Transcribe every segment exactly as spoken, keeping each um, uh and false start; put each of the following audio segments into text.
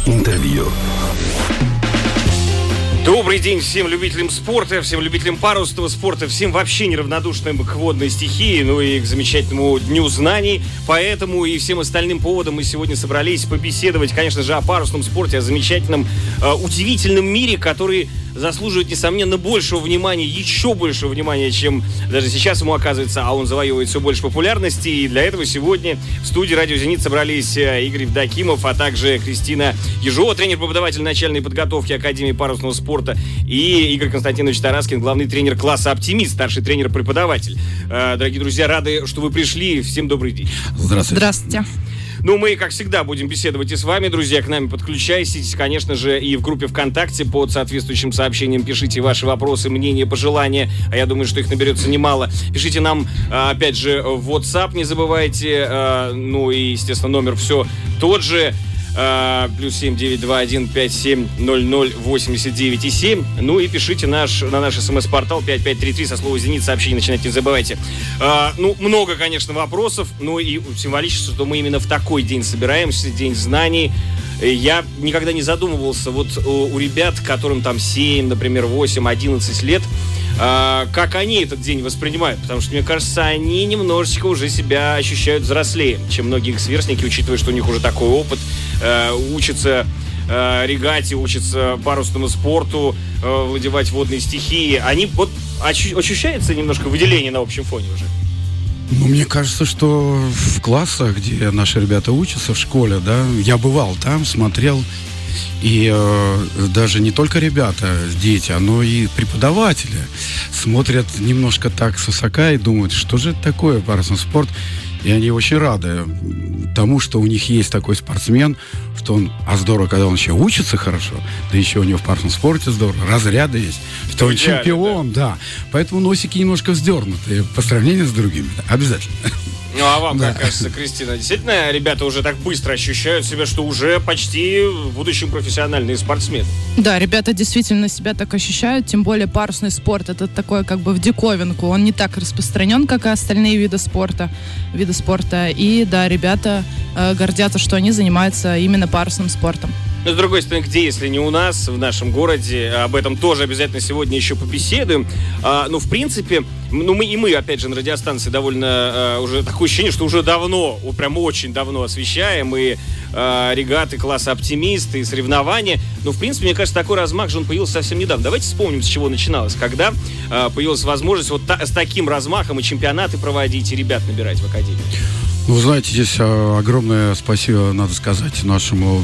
Интервью. Добрый день всем любителям спорта, всем любителям парусного спорта, всем вообще неравнодушным к водной стихии, ну и к замечательному Дню знаний. Поэтому и всем остальным поводам мы сегодня собрались побеседовать, конечно же, о парусном спорте, о замечательном, э, удивительном мире, который заслуживает, несомненно, большего внимания, еще большего внимания, чем даже сейчас ему оказывается, а он завоевывает все больше популярности. И для этого сегодня в студии «Радио Зенит» собрались Игорь Евдокимов, а также Кристина Ежова, тренер-преподаватель начальной подготовки Академии парусного спорта, и Игорь Константинович Тараскин, главный тренер класса «Оптимист», старший тренер-преподаватель. Дорогие друзья, рады, что вы пришли. Всем добрый день. Здравствуйте. Здравствуйте. Ну, мы, как всегда, будем беседовать и с вами, друзья, к нами подключайтесь, конечно же, и в группе ВКонтакте под соответствующим сообщением пишите ваши вопросы, мнения, пожелания, а я думаю, что их наберется немало. Пишите нам, опять же, в WhatsApp, не забывайте, ну и, естественно, номер все тот же, плюс семь девять два один пять семь ноль ноль восемьдесят девять и семь. Ну и пишите наш, на наш смс-портал пять пять три три со слова «Зенит». Сообщение начинайте, не забывайте. А, ну, много, конечно, вопросов. Ну и символично, что мы именно в такой день собираемся, День знаний. Я никогда не задумывался, вот у, у ребят, которым там семь, например, восемь, одиннадцать лет, а, как они этот день воспринимают. Потому что, мне кажется, они немножечко уже себя ощущают взрослее, чем многие их сверстники, учитывая, что у них уже такой опыт. Учатся э, регате, учатся парусному спорту, э, владевать водной стихией. Они вот ощу- ощущается немножко выделение на общем фоне уже? Ну, мне кажется, что в классах, где наши ребята учатся, в школе, да, я бывал там, смотрел, и э, даже не только ребята, дети, но и преподаватели смотрят немножко так свысока и думают, что же это такое парусный спорт. И они очень рады тому, что у них есть такой спортсмен, что он, а здорово, когда он еще учится хорошо, да еще у него в парусном спорте здорово, разряды есть, что он идеально, чемпион, да. да. Поэтому носики немножко вздернуты по сравнению с другими, да, обязательно. Ну, а вам, да. как кажется, Кристина, действительно, ребята уже так быстро ощущают себя, что уже почти в будущем профессиональные спортсмены? Да, ребята действительно себя так ощущают, тем более парусный спорт, это такое как бы в диковинку, он не так распространен, как и остальные виды спорта, виды спорта, и да, ребята э, гордятся, что они занимаются именно парусным спортом. Но, с другой стороны, где, если не у нас, в нашем городе, об этом тоже обязательно сегодня еще побеседуем. А, ну, в принципе, ну, мы и мы, опять же, на радиостанции довольно а, уже такое ощущение, что уже давно, прям очень давно освещаем и а, регаты класса «Оптимист», и соревнования. Но, в принципе, мне кажется, такой размах же он появился совсем недавно. Давайте вспомним, с чего начиналось. Когда а, появилась возможность вот та, с таким размахом и чемпионаты проводить, и ребят набирать в академии? Ну, вы знаете, здесь а, огромное спасибо, надо сказать, нашему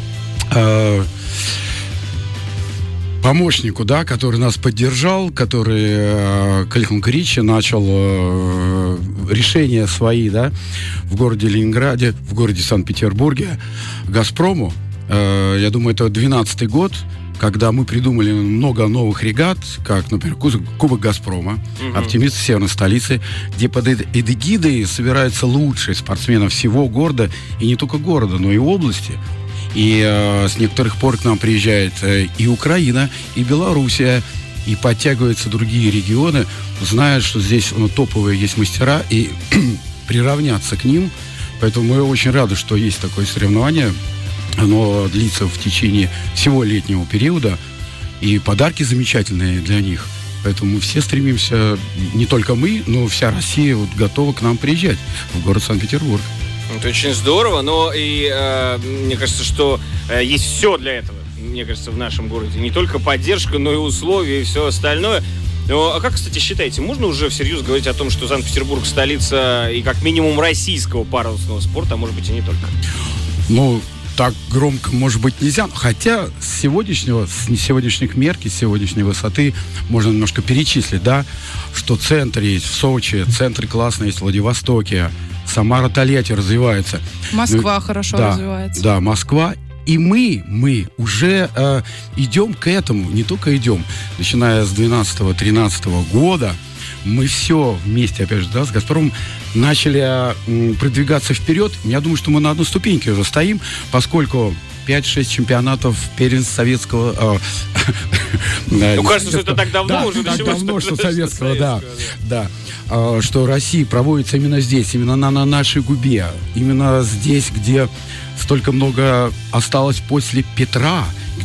помощнику, да, который нас поддержал, который э, Калихан Кричи начал э, решения свои, да, в городе Ленинграде, в городе Санкт-Петербурге, Газпрому. Э, я думаю, это двенадцатый год, когда мы придумали много новых регат, как, например, Кубок Газпрома, угу. «Оптимист» северной столицы, где под эгидой собираются лучшие спортсмены всего города, и не только города, но и области. И э, с некоторых пор к нам приезжает э, и Украина, и Белоруссия, и подтягиваются другие регионы, зная, что здесь ну, топовые есть мастера, и приравняться к ним. Поэтому мы очень рады, что есть такое соревнование. Оно длится в течение всего летнего периода, и подарки замечательные для них. Поэтому мы все стремимся, не только мы, но вся Россия вот, готова к нам приезжать в город Санкт-Петербург. Это очень здорово, но и э, мне кажется, что э, есть все для этого, мне кажется, в нашем городе. Не только поддержка, но и условия, и все остальное. Но, а как, кстати, считаете, можно уже всерьез говорить о том, что Санкт-Петербург столица и как минимум российского парусного спорта, а может быть и не только? Ну, так громко, может быть, нельзя. Хотя с сегодняшнего, с сегодняшних мерки, с сегодняшней высоты можно немножко перечислить, да, что центр есть в Сочи, центр классный есть в Владивостоке, Самара, Тольятти развивается. Москва ну, хорошо да, развивается. Да, Москва. И мы, мы уже э, идем к этому, не только идем, начиная с двенадцатого-тринадцатого года, мы все вместе, опять же, да, с «Газпромом» начали э, продвигаться вперед. Я думаю, что мы на одной ступеньке уже стоим, поскольку пять-шесть чемпионатов первенств советского... Ну, кажется, что это так давно уже. Так давно, что советского, да. Да. Что Россия проводится именно здесь, именно на нашей губе. Именно здесь, где столько много осталось после Петра,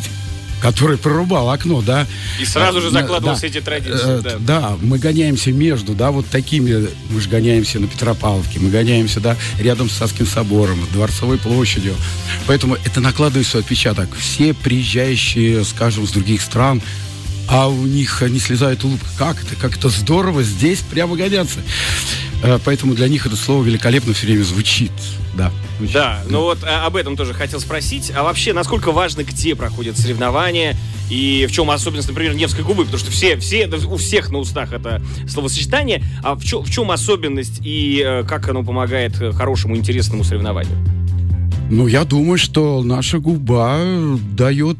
который прорубал окно, да. И сразу же закладывал да, все эти традиции. Да. да, мы гоняемся между, да, вот такими, мы же гоняемся на Петропавловке, мы гоняемся, да, рядом с Царским собором, Дворцовой площадью. Поэтому это накладывает свой отпечаток. Все приезжающие, скажем, с других стран, а у них не слезает улыбка. Как это? Как это здорово здесь прямо гоняться. Поэтому для них это слово великолепно все время звучит. Да, звучит. Да, ну вот а, об этом тоже хотел спросить. А вообще, насколько важно, где проходят соревнования и в чем особенность, например, Невской губы? Потому что все, все, у всех на устах это словосочетание. А в чем, в чем особенность и э, как оно помогает хорошему, интересному соревнованию? Ну, я думаю, что наша губа дает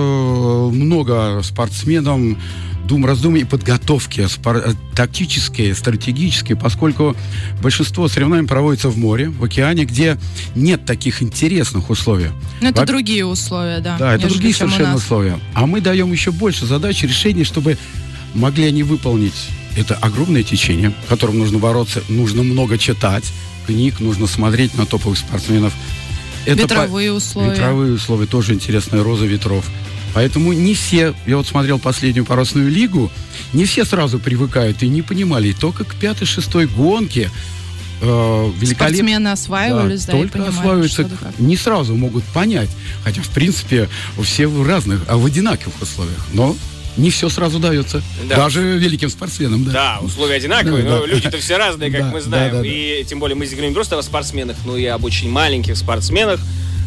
э, много спортсменам дум, раздумий и подготовки спор- тактические, стратегические, поскольку большинство соревнований проводится в море, в океане, где нет таких интересных условий. Ну, это Во- другие условия, да. Да, это нежели другие чем у совершенно нас. условия. А мы даем еще больше задач, решений, чтобы могли они выполнить. Это огромное течение, в котором нужно бороться, нужно много читать книг, нужно смотреть на топовых спортсменов. Это Ветровые по... условия. Ветровые условия, тоже интересная роза ветров. Поэтому не все, я вот смотрел последнюю парусную лигу, не все сразу привыкают и не понимали. И только к пятой-шестой гонке э, великолепно... Спортсмены осваивались, да, да, и только понимали, осваиваются, что да как. не сразу могут понять. Хотя, в принципе, все в разных, а в одинаковых условиях. Но не все сразу дается. Да. Даже великим спортсменам, да. Да, условия одинаковые, Да, но да. люди-то все разные, как Да, мы знаем. да, да, да. И тем более мы здесь говорим не просто о спортсменах, но и об очень маленьких спортсменах.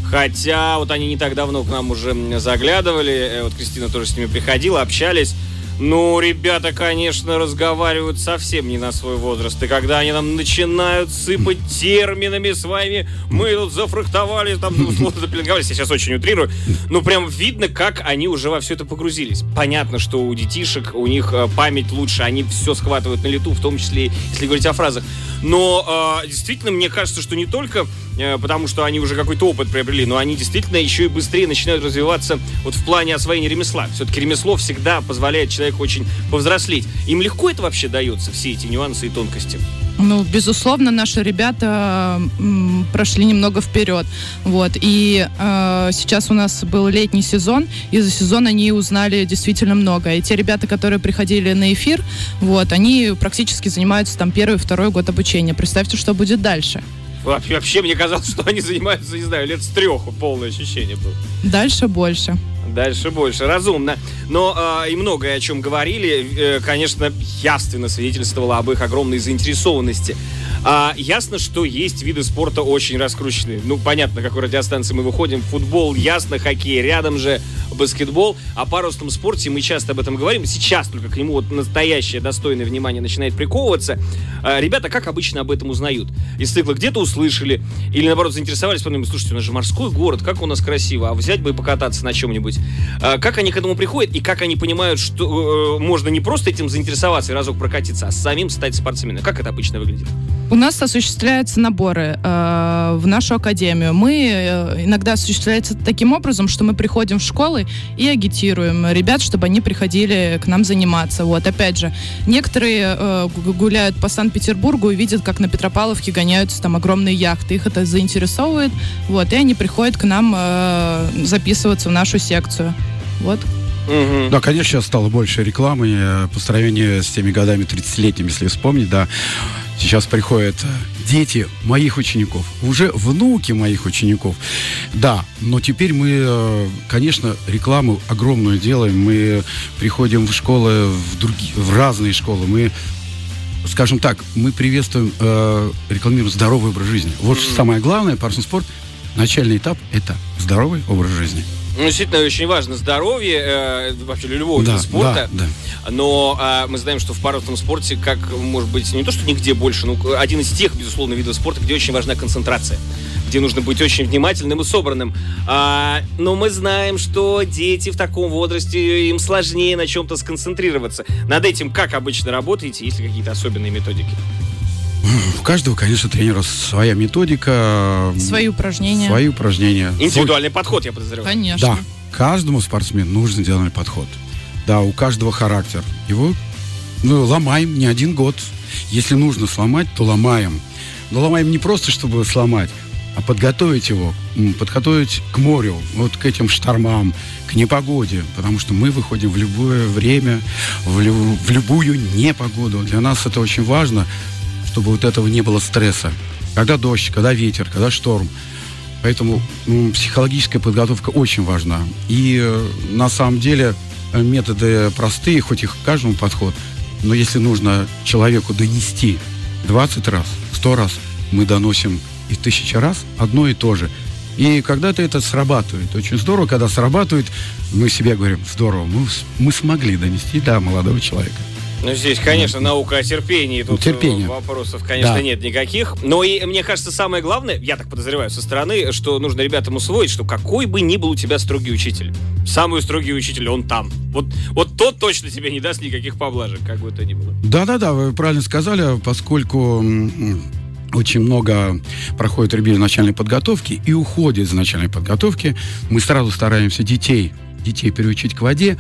Хотя вот они не так давно к нам уже заглядывали, вот Кристина тоже с ними приходила, общались. Ну, ребята, конечно, разговаривают совсем не на свой возраст. И когда они нам начинают сыпать терминами своими, мы тут зафрахтовали, там, условно запеленговались, я сейчас очень утрирую, ну, прям видно, как они уже во все это погрузились. Понятно, что у детишек, у них э, память лучше, они все схватывают на лету, в том числе, если говорить о фразах. Но э, действительно, мне кажется, что не только э, потому, что они уже какой-то опыт приобрели, но они действительно еще и быстрее начинают развиваться вот в плане освоения ремесла. Все-таки ремесло всегда позволяет человеку очень повзрослеть. Им легко это вообще дается, все эти нюансы и тонкости? Ну, безусловно, наши ребята м, прошли немного вперед. Вот. И э, сейчас у нас был летний сезон, и за сезон они узнали действительно много. И те ребята, которые приходили на эфир, вот, они практически занимаются там первый, второй год обучения. Представьте, что будет дальше. Вообще, мне казалось, что они занимаются, не знаю, лет с трех, полное ощущение было. Дальше больше. Дальше больше. Разумно. Но э, и многое о чем говорили, э, конечно, явственно свидетельствовало об их огромной заинтересованности. А, ясно, что есть виды спорта очень раскрученные. Ну, понятно, какой радиостанции мы выходим. Футбол, ясно, хоккей, рядом же баскетбол. О парусном спорте мы часто об этом говорим. Сейчас только к нему вот настоящее достойное внимание начинает приковываться. А, ребята, как обычно об этом узнают? Из цикла где-то услышали или, наоборот, заинтересовались, подумали, слушайте, у нас же морской город, как у нас красиво, а взять бы и покататься на чем-нибудь. А, как они к этому приходят и как они понимают, что э, можно не просто этим заинтересоваться и разок прокатиться, а самим стать спортсменом? Как это обычно выглядит? У нас осуществляются наборы э, в нашу академию. Мы э, иногда осуществляется таким образом, что мы приходим в школы и агитируем ребят, чтобы они приходили к нам заниматься. Вот, опять же, некоторые э, гуляют по Санкт-Петербургу и видят, как на Петропавловке гоняются там огромные яхты. Их это заинтересовывает. Вот, и они приходят к нам э, записываться в нашу секцию. Вот. Угу. Да, конечно, сейчас стало больше рекламы э, по сравнению с теми годами тридцатилетними, если вспомнить, да. Сейчас приходят дети моих учеников, уже внуки моих учеников. Да, но теперь мы, конечно, рекламу огромную делаем. Мы приходим в школы, в, другие, в разные школы. Мы, скажем так, мы приветствуем, э, рекламируем здоровый образ жизни. Вот mm-hmm. самое главное, парусный спорт, начальный этап – это здоровый образ жизни. Ну, действительно, очень важно здоровье, э, вообще для любого да, вида спорта. Да, да. Но э, мы знаем, что в парусном спорте, как, может быть, не то, что нигде больше, но один из тех, безусловно, видов спорта, где очень важна концентрация, где нужно быть очень внимательным и собранным. А, но мы знаем, что дети в таком возрасте, им сложнее на чем-то сконцентрироваться. Над этим как обычно работаете? Есть ли какие-то особенные методики? У каждого, конечно, тренера своя методика. Свои упражнения. Свои упражнения. Индивидуальный Свой... подход, я подозреваю. Конечно. Да, каждому спортсмену нужен индивидуальный подход. Да, у каждого характер. Его ну, ломаем не один год. Если нужно сломать, то ломаем. Но ломаем не просто, чтобы сломать, а подготовить его, подготовить к морю, вот к этим штормам, к непогоде, потому что мы выходим в любое время, в, лю- в любую непогоду. Для нас это очень важно, чтобы вот этого не было стресса. Когда дождь, когда ветер, когда шторм. Поэтому м, психологическая подготовка очень важна. И э, на самом деле методы простые, хоть их каждому подход, но если нужно человеку донести двадцать раз, сто раз, мы доносим и тысячу раз одно и то же. И когда-то это срабатывает. Очень здорово, когда срабатывает, мы себе говорим, здорово, мы, мы смогли донести до молодого человека. Ну, здесь, конечно, наука о терпении. Тут Терпение. Вопросов, конечно, да. нет никаких. Но и, мне кажется, самое главное, я так подозреваю со стороны, что нужно ребятам усвоить, что какой бы ни был у тебя строгий учитель, самый строгий учитель, он там. Вот, вот тот точно тебе не даст никаких поблажек, как бы то ни было. Да-да-да, вы правильно сказали, поскольку очень много проходит ребят начальной подготовки и уходит из начальной подготовки, мы сразу стараемся детей, детей переучить к воде.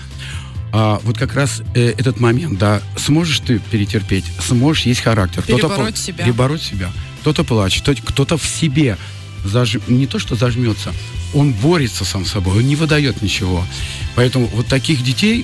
А вот как раз э, этот момент, да, сможешь ты перетерпеть, сможешь, есть характер. Перебороть кто-то, себя. Перебороть себя. Кто-то плачет, кто- кто-то в себе заж... не то что зажмется, он борется сам с собой, он не выдает ничего. Поэтому вот таких детей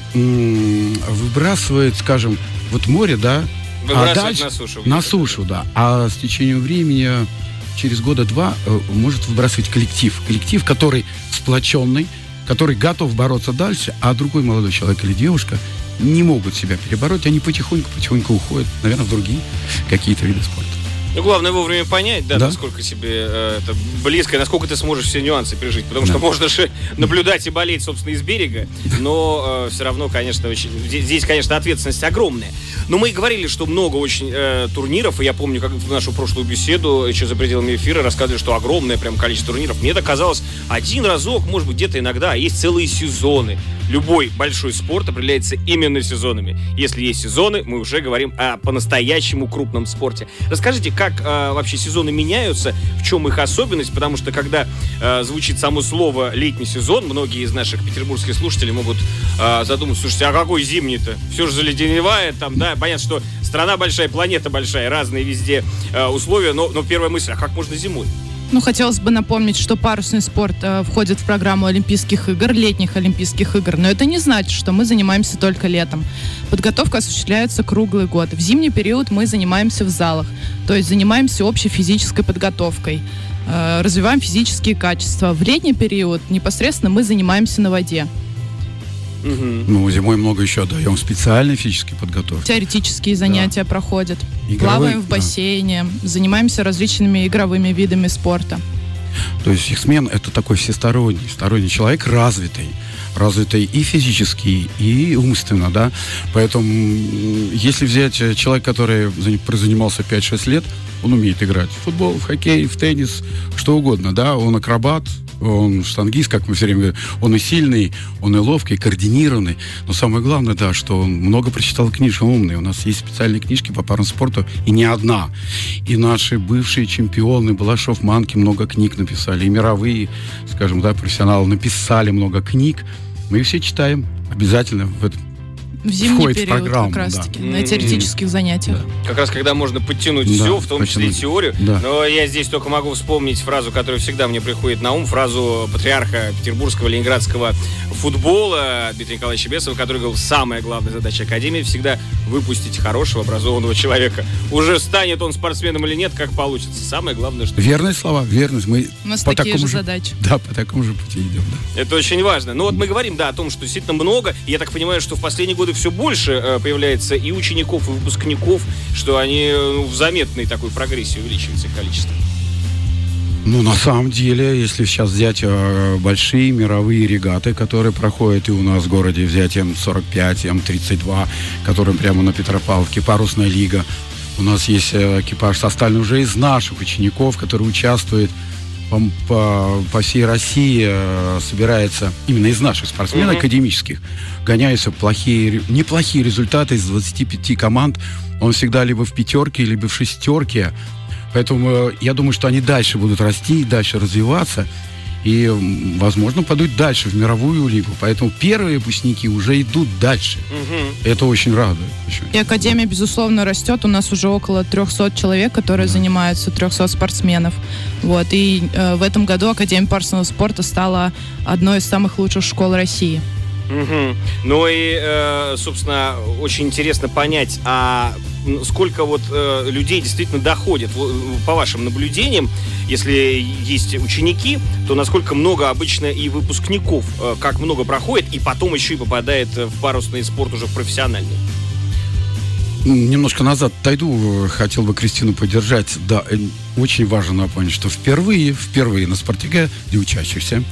м- выбрасывает, скажем, вот море, да, Выбрасывать а дальше, на сушу. На сушу, да. А с течением времени, через года два, э, может выбрасывать коллектив. Коллектив, который сплоченный, который готов бороться дальше, а другой молодой человек или девушка не могут себя перебороть, они потихоньку-потихоньку уходят, наверное, в другие какие-то виды спорта. Ну, главное вовремя понять, да, Да. насколько тебе э, это близко, и насколько ты сможешь все нюансы пережить. Потому Да. что можно же наблюдать и болеть, собственно, из берега, но э, все равно, конечно, очень, здесь, здесь, конечно, ответственность огромная. Но мы и говорили, что много очень э, турниров, и я помню, как в нашу прошлую беседу, еще за пределами эфира, рассказывали, что огромное прям количество турниров. Мне это казалось один разок, может быть, где-то иногда, а есть целые сезоны. Любой большой спорт определяется именно сезонами. Если есть сезоны, мы уже говорим о по-настоящему крупном спорте. Расскажите, как э, вообще сезоны меняются, в чем их особенность, потому что когда э, звучит само слово «летний сезон», многие из наших петербургских слушателей могут э, задуматься, слушайте, а какой зимний-то? Все же заледеневает, там, да, понятно, что страна большая, планета большая, разные везде э, условия, но, но первая мысль, а как можно зимой? Ну, хотелось бы напомнить, что парусный спорт э, входит в программу Олимпийских игр, летних Олимпийских игр, но это не значит, что мы занимаемся только летом. Подготовка осуществляется круглый год. В зимний период мы занимаемся в залах, то есть занимаемся общей физической подготовкой, э, развиваем физические качества. В летний период непосредственно мы занимаемся на воде. Угу. Ну, зимой много еще даем специальной физической подготовки. Теоретические занятия проходят. Игровые, Плаваем в да. бассейне, занимаемся различными игровыми видами спорта. То есть фиксмен — это такой всесторонний, сторонний человек, развитый. Развитый и физически, и умственно, да. Поэтому, м, если взять э, человека, который за- прозанимался пять-шесть лет, он умеет играть в футбол, в хоккей, в теннис, что угодно, да. Он акробат, он штангист, как мы все время говорим, он и сильный, он и ловкий, и координированный. Но самое главное, да, что он много прочитал книжек, он умный. У нас есть специальные книжки по парному спорту, и не одна. И наши бывшие чемпионы, Балашов, Манки, много книг написали. И мировые, скажем, да, профессионалы написали много книг. Мы их все читаем обязательно в этом. В зимний Входит в период программу, как раз да. таки, на М-м. теоретических занятиях. Как раз когда можно подтянуть Да, все, в том числе и подтянуть. теорию. Да. Но я здесь только могу вспомнить фразу, которая всегда мне приходит на ум, фразу патриарха петербургского, ленинградского футбола Дмитрия Николаевича Бесова, который говорил, самая главная задача Академии всегда выпустить хорошего, образованного человека. Уже станет он спортсменом или нет, как получится. Самое главное, что... Верные слова, верность. Мы У нас по такие такому же задачи. Да, по такому же пути идем, да. Это очень важно. Ну вот мы говорим, да, о том, что действительно много. И я так понимаю, что в последние годы все больше э, появляется и учеников, и выпускников, что они э, ну, в заметной такой прогрессии увеличивается их количество. Ну, на самом деле, если сейчас взять э, большие мировые регаты, которые проходят и у нас в городе, взять эм сорок пять, эм тридцать два, которые прямо на Петропавловке, парусная лига. У нас есть э, экипаж составлен уже из наших учеников, которые участвуют по, по, по всей России, э, собирается именно из наших спортсменов Мгм. академических. Гоняются плохие, ре- неплохие результаты из двадцати пяти команд. Он всегда либо в пятерке, либо в шестерке. Поэтому э, я думаю, что они дальше будут расти, дальше развиваться. и, возможно, пойдут дальше в мировую лигу. Поэтому первые выпускники уже идут дальше. Угу. Это очень радует. И Академия, безусловно, растет. У нас уже около триста человек, которые да. занимаются, триста спортсменов. Вот. И э, в этом году Академия парусного спорта стала одной из самых лучших школ России. Угу. Ну и, э, собственно, очень интересно понять, а сколько вот э, людей действительно доходит, по вашим наблюдениям, если есть ученики, то насколько много обычно и выпускников, э, как много проходит, и потом еще и попадает в парусный спорт уже в профессиональный? Немножко назад отойду, хотел бы Кристину поддержать. Да, очень важно напомнить, что впервые, впервые на «Спартаке» для учащихся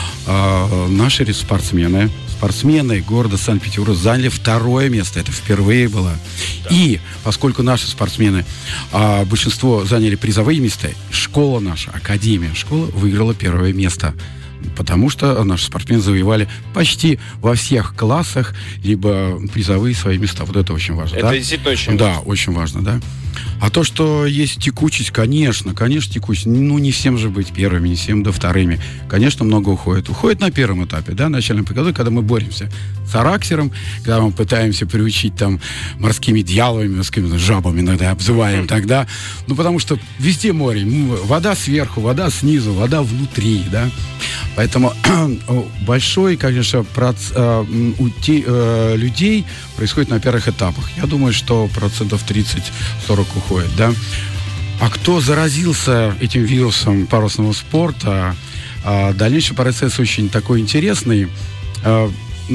э, наши спортсмены, спортсмены города Санкт-Петербурга заняли второе место. Это впервые было. Да. И поскольку наши спортсмены, э, большинство заняли призовые места, школа наша, академия, школа выиграла первое место. Потому что наши спортсмены завоевали почти во всех классах либо призовые свои места. Вот это очень важно. Это да? действительно очень да, важно. Да, очень важно, да. А то, что есть текучесть, конечно, конечно, текучесть. Ну, не всем же быть первыми, не всем, да вторыми. Конечно, много уходит. Уходит на первом этапе, да, начальном подготовке, когда мы боремся с характером, когда мы пытаемся приучить там морскими дьяволами, морскими жабами иногда обзываем тогда. Ну, потому что везде море. Вода сверху, вода снизу, вода внутри, да. Поэтому большой, конечно, проц, э, у те, э, людей происходит на первых этапах. Я думаю, что процентов тридцать-сорок уходит, да. А кто заразился этим вирусом парусного спорта, э, дальнейший процесс очень такой интересный. Э,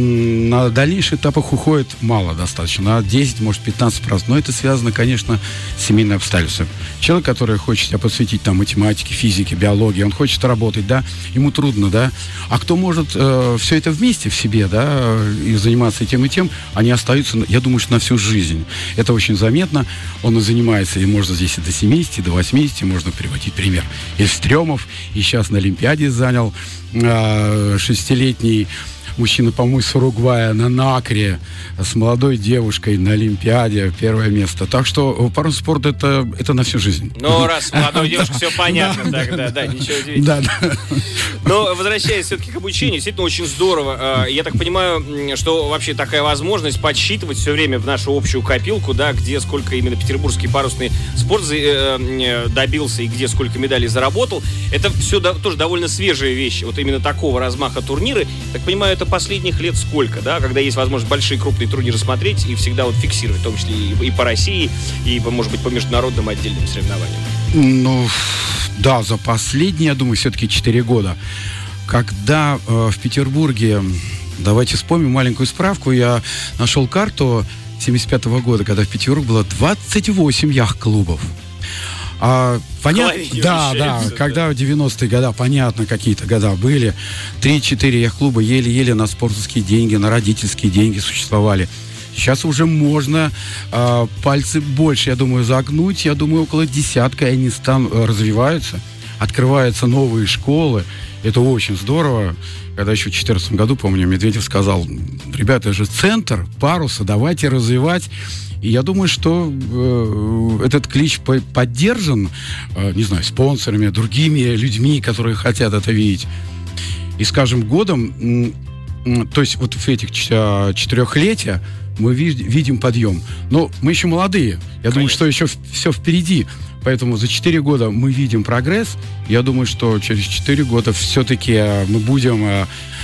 на дальнейших этапах уходит мало достаточно, на десять, может, пятнадцать процентов. Но это связано, конечно, с семейным обстоятельством. Человек, который хочет себя посвятить там математике, физике, биологии, он хочет работать, да, ему трудно, да. А кто может э, все это вместе в себе, да, и заниматься и тем, и тем, они остаются, я думаю, что на всю жизнь. Это очень заметно. Он и занимается, и можно здесь и до семидесяти, и до восьмидесяти, можно приводить пример. Ильстремов, и сейчас на Олимпиаде занял э, шестилетний мужчина, по-моему, с Уругвая на Накре с молодой девушкой на Олимпиаде первое место. Так что парусный спорт это, это на всю жизнь. Ну, раз с молодой девушкой все понятно, тогда, да, ничего удивительного. Да, да. Но, возвращаясь все-таки к обучению, действительно очень здорово. Я так понимаю, что вообще такая возможность подсчитывать все время в нашу общую копилку, да, где сколько именно петербургский парусный спорт добился и где сколько медалей заработал, это все тоже довольно свежие вещи. Вот именно такого размаха турниры. Так понимаю, это последних лет сколько, да, когда есть возможность большие крупные турниры смотреть и всегда вот фиксировать, в том числе и, и по России, и, может быть, по международным отдельным соревнованиям? Ну, да, за последние, я думаю, все-таки четыре года. Когда э, в Петербурге, давайте вспомним маленькую справку, я нашел карту семьдесят пятого года, когда в Петербурге было двадцать восемь яхт-клубов. А, понятно, да, да, да, когда в девяностые годы, понятно, какие-то года были, три-четыре яхт-клуба еле-еле на спонсорские деньги, на родительские деньги существовали. Сейчас уже можно э, пальцы больше, я думаю, загнуть, я думаю, около десятка, и они стан, развиваются, открываются новые школы, это очень здорово. Когда еще в две тысячи четырнадцатом году, помню, Медведев сказал: ребята, это же центр паруса, давайте развивать. И я думаю, что э, этот клич по- поддержан, э, не знаю, спонсорами, другими людьми, которые хотят это видеть. И с каждым годом, м- м- то есть вот в этих ч- четырехлетия мы ви- видим подъем. Но мы еще молодые. Я Конечно. думаю, что еще в- все впереди. Поэтому за четыре года мы видим прогресс. Я думаю, что через четыре года все-таки э, мы будем... Э,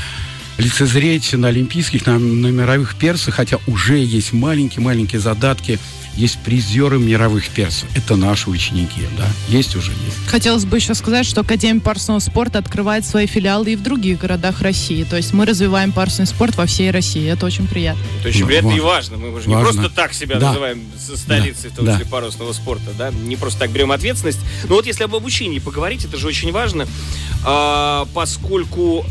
лицезреть на олимпийских, на, на мировых персах, хотя уже есть маленькие-маленькие задатки, есть призеры мировых персов. Это наши ученики, да, есть уже, есть. Хотелось бы еще сказать, что Академия парусного спорта открывает свои филиалы и в других городах России. То есть мы развиваем парусный спорт во всей России. Это очень приятно. Это очень приятно и важно. Мы же не просто так себя да. называем столицей, да. в том числе да. парусного спорта, да, не просто так берем ответственность. Но вот если об обучении поговорить, это же очень важно, а, поскольку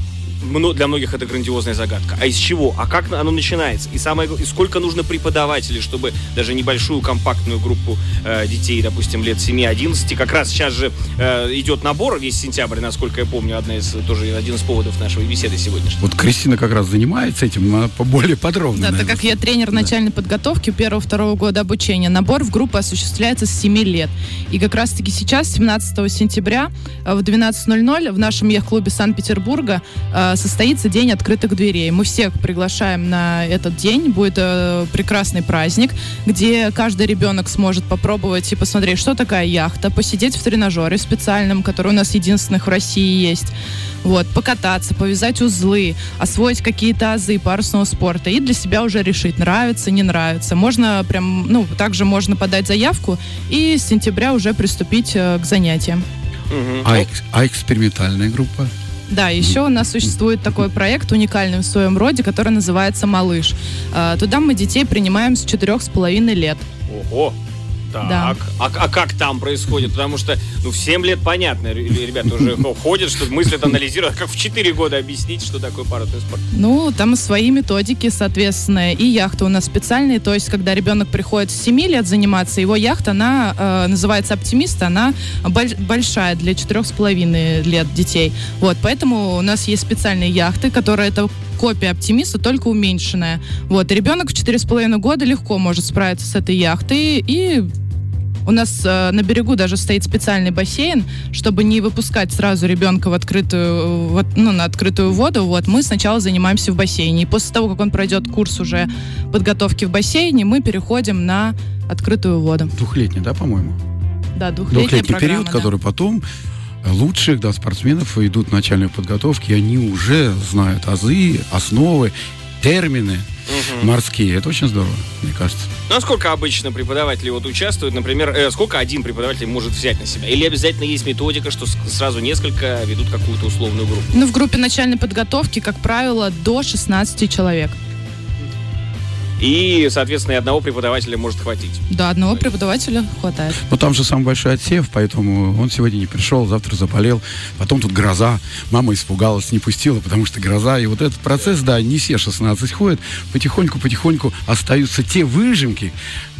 для многих это грандиозная загадка. А из чего? А как оно начинается? И самое и сколько нужно преподавателей, чтобы даже небольшую компактную группу э, детей, допустим, лет семь-одиннадцать, как раз сейчас же э, идет набор весь сентябрь, насколько я помню, одна из, тоже один из поводов нашей беседы сегодняшней. Вот Кристина как раз занимается этим, она более подробно. Да, так как я тренер начальной да. подготовки первого-второго года обучения, набор в группу осуществляется с семи лет. И как раз-таки сейчас, семнадцатого сентября, в двенадцать ноль ноль в нашем ЕХ-клубе Санкт-Петербурга э, состоится День открытых дверей. Мы всех приглашаем на этот день. Будет э, прекрасный праздник, где каждый ребенок сможет попробовать и посмотреть, что такая яхта, посидеть в тренажере специальном, который у нас единственных в России есть. Вот, покататься, повязать узлы, освоить какие-то азы парусного спорта и для себя уже решить, нравится, не нравится. Можно прям, ну, также можно подать заявку и с сентября уже приступить э, к занятиям. Угу. А, экс, а экспериментальная группа? Да, еще у нас существует такой проект, уникальный в своем роде, который называется «Малыш». Э, туда мы детей принимаем с четырех с половиной лет. Ого! Так, да. а, а как там происходит? Потому что, ну, в семь лет понятно, ребята уже ходят, что мыслят, анализируют, как в четыре года объяснить, что такое парусный спорт? Ну, там свои методики, соответственно, и яхты у нас специальные, то есть, когда ребенок приходит с семи лет заниматься, его яхта, она э, называется «Оптимист», она боль- большая для четырех с половиной лет детей. Вот, поэтому у нас есть специальные яхты, которые это копия «Оптимиста», только уменьшенная. Вот, и ребенок в четыре с половиной года легко может справиться с этой яхтой, и у нас э, на берегу даже стоит специальный бассейн, чтобы не выпускать сразу ребенка в открытую, в, ну, на открытую воду. Вот, мы сначала занимаемся в бассейне. И после того, как он пройдет курс уже подготовки в бассейне, мы переходим на открытую воду. Двухлетний, да, по-моему? Да, двухлетняя Двухлетний программа, период, да. который потом лучших, да, спортсменов идут в начальной подготовке, и они уже знают азы, основы, термины угу. морские. Это очень здорово, мне кажется. Ну, а сколько обычно преподавателей вот участвуют? Например, э, сколько один преподаватель может взять на себя? Или обязательно есть методика, что сразу несколько ведут какую-то условную группу? Ну, в группе начальной подготовки, как правило, до шестнадцати человек. И, соответственно, и одного преподавателя может хватить. Да, одного преподавателя хватает. Но там же самый большой отсев, поэтому он сегодня не пришел, завтра заболел. Потом тут гроза. Мама испугалась, не пустила, потому что гроза. И вот этот процесс, да, не все шестнадцать ходят. Потихоньку-потихоньку остаются те выжимки,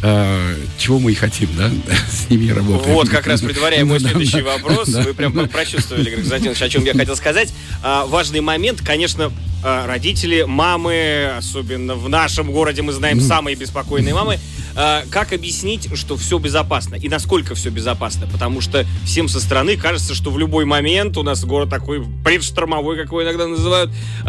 э, чего мы и хотим, да, с ними работать. Вот как раз предваряя мой следующий вопрос. Вы прям прочувствовали, Григорий Константинович, о чем я хотел сказать. Важный момент, конечно, родители, мамы, особенно в нашем городе, мы знаем самые беспокойные мамы, как объяснить, что все безопасно и насколько все безопасно, потому что всем со стороны кажется, что в любой момент у нас город такой предштормовой, как его иногда называют,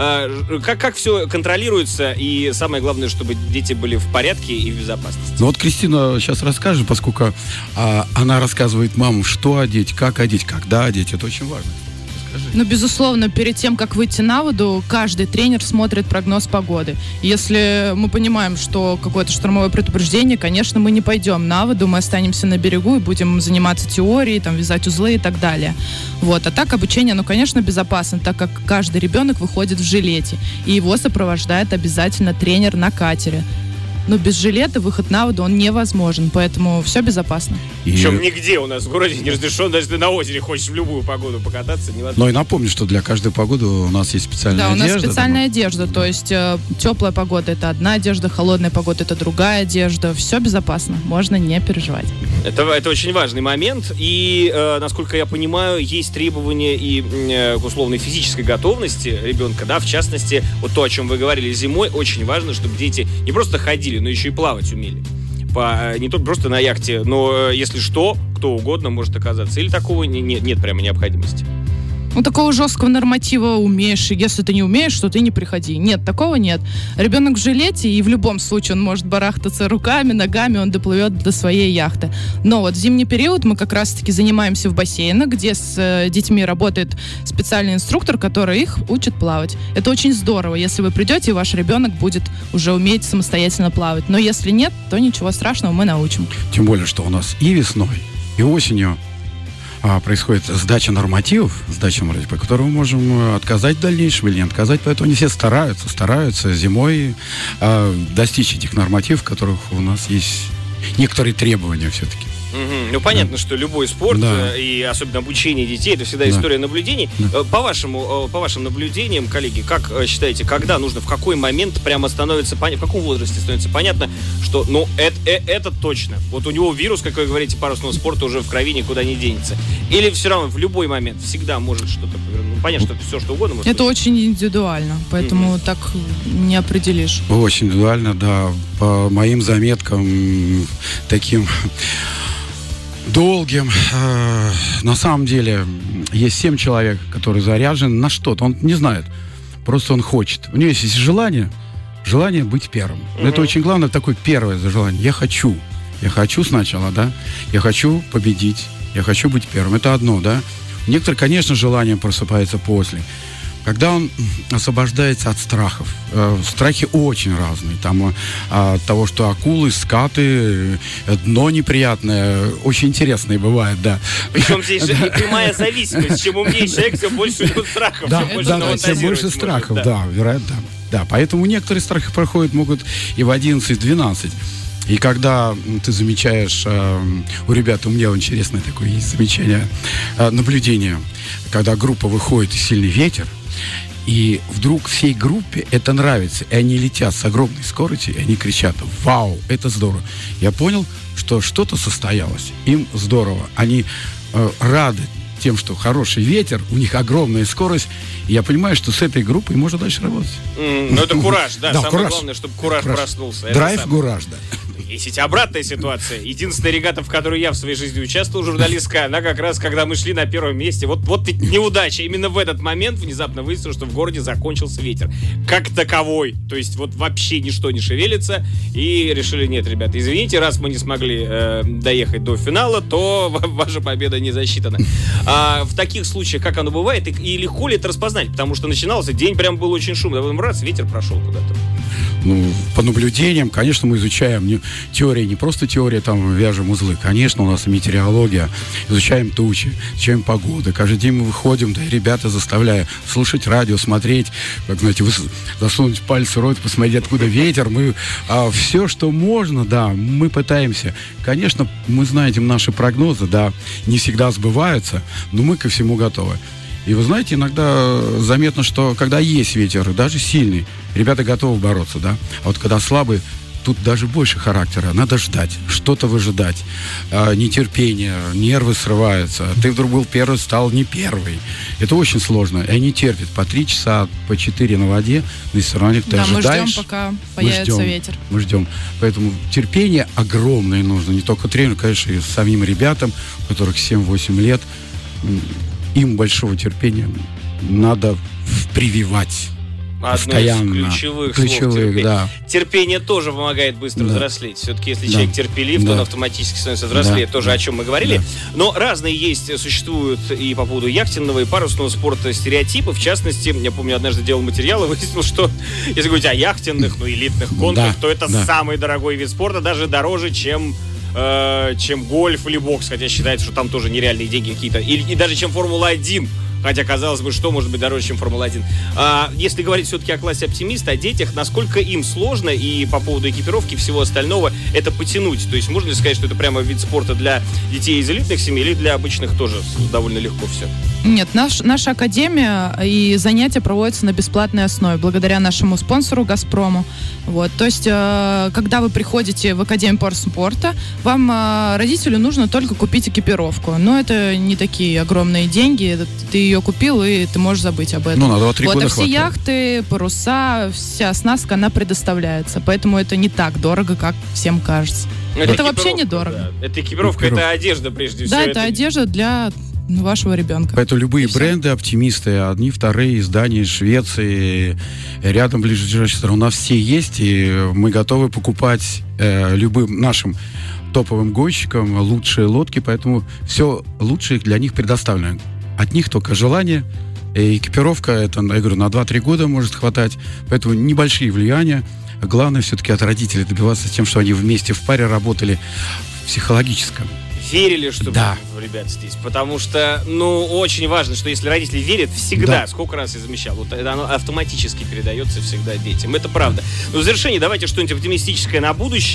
как, как все контролируется и самое главное, чтобы дети были в порядке и в безопасности. Ну вот Кристина сейчас расскажет, поскольку а, она рассказывает мамам, что одеть, как одеть, когда одеть, это очень важно. Ну, безусловно, перед тем, как выйти на воду, каждый тренер смотрит прогноз погоды. Если мы понимаем, что какое-то штормовое предупреждение, конечно, мы не пойдем на воду, мы останемся на берегу и будем заниматься теорией, там, вязать узлы и так далее. Вот. А так обучение, ну, конечно, безопасно, так как каждый ребенок выходит в жилете, и его сопровождает обязательно тренер на катере. Но без жилета выход на воду, он невозможен, поэтому все безопасно. И... Причем нигде у нас в городе не разрешен, даже ты на озере хочешь в любую погоду покататься, невозможно. Но и напомню, что для каждой погоды у нас есть специальная одежда. Да, у нас специальная там... одежда, то есть э, теплая погода — это одна одежда, холодная погода — это другая одежда. Все безопасно, можно не переживать. Это, это очень важный момент, и, э, насколько я понимаю, есть требования и э, к условной физической готовности ребенка, да, в частности, вот то, о чем вы говорили зимой, очень важно, чтобы дети не просто ходили, но еще и плавать умели. По, не только просто на яхте, но если что, кто угодно может оказаться. Или такого не, не, нет прямо необходимости? Ну, такого жесткого норматива умеешь, и если ты не умеешь, то ты не приходи. Нет, такого нет. Ребенок в жилете, и в любом случае он может барахтаться руками, ногами, он доплывет до своей яхты. Но вот в зимний период мы как раз-таки занимаемся в бассейнах, где с э, детьми работает специальный инструктор, который их учит плавать. Это очень здорово. Если вы придете, и ваш ребенок будет уже уметь самостоятельно плавать. Но если нет, то ничего страшного, мы научим. Тем более, что у нас и весной, и осенью происходит сдача нормативов, сдача нормативов, по которым мы можем отказать в дальнейшем или не отказать. Поэтому они все стараются, стараются зимой а, достичь этих нормативов, в которых у нас есть некоторые требования все-таки. Угу. Ну, понятно, что любой спорт, Да. и особенно обучение детей, это всегда Да. история наблюдений. Да. По вашему, по вашим наблюдениям, коллеги, как считаете, когда нужно, в какой момент прямо становится понятно, в каком возрасте становится понятно, что, ну, это, это точно. Вот у него вирус, как вы говорите, парусного спорта уже в крови никуда не денется. Или все равно в любой момент всегда может что-то повернуть. Ну, понятно, что все, что угодно может Это быть. очень индивидуально, поэтому так не определишь. Очень индивидуально, да. По моим заметкам, таким долгим, э, на самом деле, есть семь человек, которые заряжены на что-то. Он не знает, просто он хочет. У него есть желание, желание быть первым. Мгм. Это очень главное, такое первое желание. Я хочу. Я хочу сначала, да. Я хочу победить. Я хочу быть первым. Это одно, да. Некоторые, конечно, желание просыпается после. Когда он освобождается от страхов. Э, страхи очень разные. Там э, от того, что акулы, скаты, э, дно неприятное, очень интересные бывают, да. Причем здесь же не прямая зависимость. Чем умнее человек, тем больше у него страхов. Да, тем больше да, да, тем фантазировать больше может, страхов, да. да, вероятно, да. Да, поэтому некоторые страхи проходят могут и в одиннадцать-двенадцать. И когда м, ты замечаешь, э, у ребят, у меня интересное такое есть замечание, э, наблюдение, когда группа выходит и сильный ветер, и вдруг всей группе это нравится, и они летят с огромной скоростью, и они кричат: «Вау, это здорово!» Я понял, что что-то состоялось, им здорово, они э, рады тем, что хороший ветер, у них огромная скорость, и я понимаю, что с этой группой можно дальше работать. М, Ну, это кураж, да. Да, Самое кураж. главное, чтобы кураж, Кураж. проснулся. Это Драйв, самое. кураж, да. Есть ведь обратная ситуация. Единственная регата, в которой я в своей жизни участвовал, журналистская, она как раз, когда мы шли на первом месте. Вот, вот ведь неудача. Именно в этот момент внезапно выяснилось, что в городе закончился ветер. Как таковой. То есть вот вообще ничто не шевелится. И решили: нет, ребята, извините, раз мы не смогли э, доехать до финала, то ваша победа не засчитана. А в таких случаях, как оно бывает, и, и легко ли это распознать? Потому что начинался день, прям был очень шумный. А потом раз, ветер прошел куда-то. Ну, по наблюдениям, конечно, мы изучаем не, теории, не просто теория, там, вяжем узлы. Конечно, у нас и метеорология, изучаем тучи, изучаем погоду. Каждый день мы выходим, да и ребята заставляя слушать радио, смотреть, как, знаете, вы засунуть пальцы в рот, посмотреть, откуда ветер. Мы а, все, что можно, да, мы пытаемся. Конечно, мы знаем наши прогнозы, да, не всегда сбываются, но мы ко всему готовы. И вы знаете, иногда заметно, что когда есть ветер, даже сильный, ребята готовы бороться, да. А вот когда слабый, тут даже больше характера. Надо ждать, что-то выжидать. А, нетерпение, нервы срываются. Ты вдруг был первый, стал не первый. Это очень сложно. И они терпят по три часа, по четыре на воде, но все равно ты Да, мы ожидаешь. ждем, пока появится ждем. ветер. Мы ждем. Поэтому терпение огромное нужно. Не только тренеру, конечно, и самим ребятам, у которых семь-восемь лет. Им большого терпения надо прививать. Одно Постоянно. из ключевых, Ключевых, слов. Терпение. да. Терпение тоже помогает быстро Да. взрослеть. Все-таки, если Да. человек терпелив, то Да. он автоматически становится взрослее. Да. Тоже о чем мы говорили. Да. Но разные есть, существуют и по поводу яхтенного и парусного спорта стереотипы. В частности, я помню, однажды делал материал и выяснил, что если говорить о яхтенных, ну, элитных гонках, Да. то это Да. самый дорогой вид спорта, даже дороже, чем э, чем гольф или бокс, хотя считается, что там тоже нереальные деньги какие-то. И, и даже чем Формула один. Хотя, казалось бы, что может быть дороже, чем Формула один. А, если говорить все-таки о классе оптимиста, о детях, насколько им сложно и по поводу экипировки и всего остального это потянуть? То есть можно ли сказать, что это прямо вид спорта для детей из элитных семей или для обычных тоже довольно легко все? Нет, наш, наша академия и занятия проводятся на бесплатной основе, благодаря нашему спонсору «Газпрому». Вот, то есть, э, когда вы приходите в Академию паруспорта, вам, э, родителю, нужно только купить экипировку. Но это не такие огромные деньги, это ты ее купил, и ты можешь забыть об этом. Ну, на два-три Вот, года а все хватает. яхты, паруса, вся оснастка, она предоставляется. Поэтому это не так дорого, как всем кажется. Это вообще экипировка, недорого. да. Это экипировка, Экипировка. это одежда прежде всего. Да, это одежда для вашего ребенка. Поэтому любые И всё. бренды, оптимисты, одни, вторые, из Дании, Швеции, рядом ближайшие страны, у нас все есть, и мы готовы покупать э, любым нашим топовым гонщикам лучшие лодки, поэтому все лучшее для них предоставлено. От них только желание, и экипировка, это, я говорю, на два-три года может хватать, поэтому небольшие влияния. Главное все-таки от родителей добиваться тем, что они вместе в паре работали в психологическом. Верили, что Да. в ребят здесь. Потому что, ну, очень важно, что если родители верят, всегда, Да. сколько раз я замечал, вот это оно автоматически передается всегда детям. Это правда. Но в завершении давайте что-нибудь оптимистическое на будущее.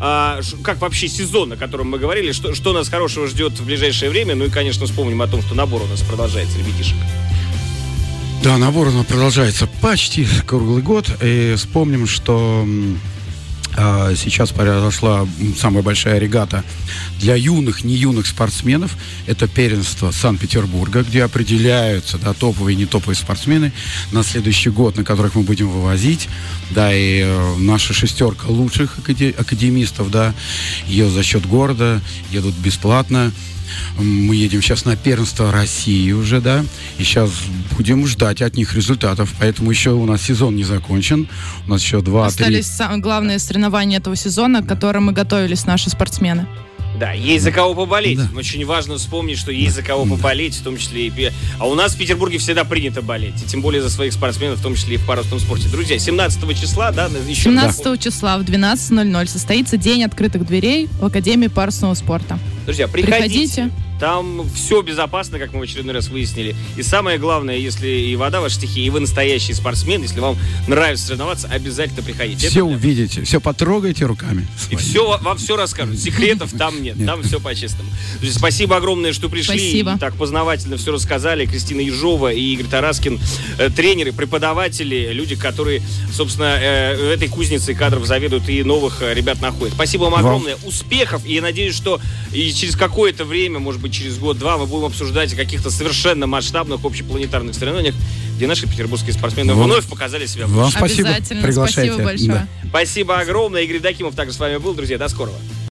а, ш, как вообще сезон, о котором мы говорили, что, что нас хорошего ждет в ближайшее время. Ну и, конечно, вспомним о том, что набор у нас продолжается, ребятишек. Да, набор у нас продолжается почти круглый год. И вспомним, что э, сейчас произошла самая большая регата для юных, не юных спортсменов. Это первенство Санкт-Петербурга, где определяются, да, топовые и не топовые спортсмены на следующий год, на которых мы будем вывозить. Да, и э, наша шестерка лучших акаде- академистов, да, ее за счет города едут бесплатно. Мы едем сейчас на первенство России уже, да, и сейчас будем ждать от них результатов, поэтому еще у нас сезон не закончен, у нас еще два-три... Остались самые главные соревнования этого сезона, к которым мы готовились, наши спортсмены. Да, есть за кого поболеть. Да. Очень важно вспомнить, что есть за кого поболеть, в том числе и... А у нас в Петербурге всегда принято болеть, и тем более за своих спортсменов, в том числе и в парусном спорте. Друзья, семнадцатого числа, да? Еще семнадцатого числа в двенадцать ноль ноль состоится День открытых дверей в Академии парусного спорта. Друзья, приходите. Приходите. Там все безопасно, как мы в очередной раз выяснили. И самое главное, если и вода ваша стихия, и вы настоящий спортсмен, если вам нравится соревноваться, обязательно приходите. Все Это, увидите, все потрогайте руками. И все, вам все расскажут. Секретов там нет, Нет. там все по-честному. Друзья, спасибо огромное, что пришли. Спасибо. И так познавательно все рассказали. Кристина Ежова и Игорь Тараскин, э, тренеры, преподаватели, люди, которые, собственно, э, этой кузницей кадров заведуют и новых э, ребят находят. Спасибо вам огромное. Успехов. И я надеюсь, что и через какое-то время, может быть, через год-два, мы будем обсуждать о каких-то совершенно масштабных общепланетарных соревнованиях, где наши петербургские спортсмены Вам- вновь показали себя. Вам спасибо. Обязательно. Приглашайте. Спасибо большое. Да. Спасибо огромное. Игорь Дакимов также с вами был. Друзья, до скорого.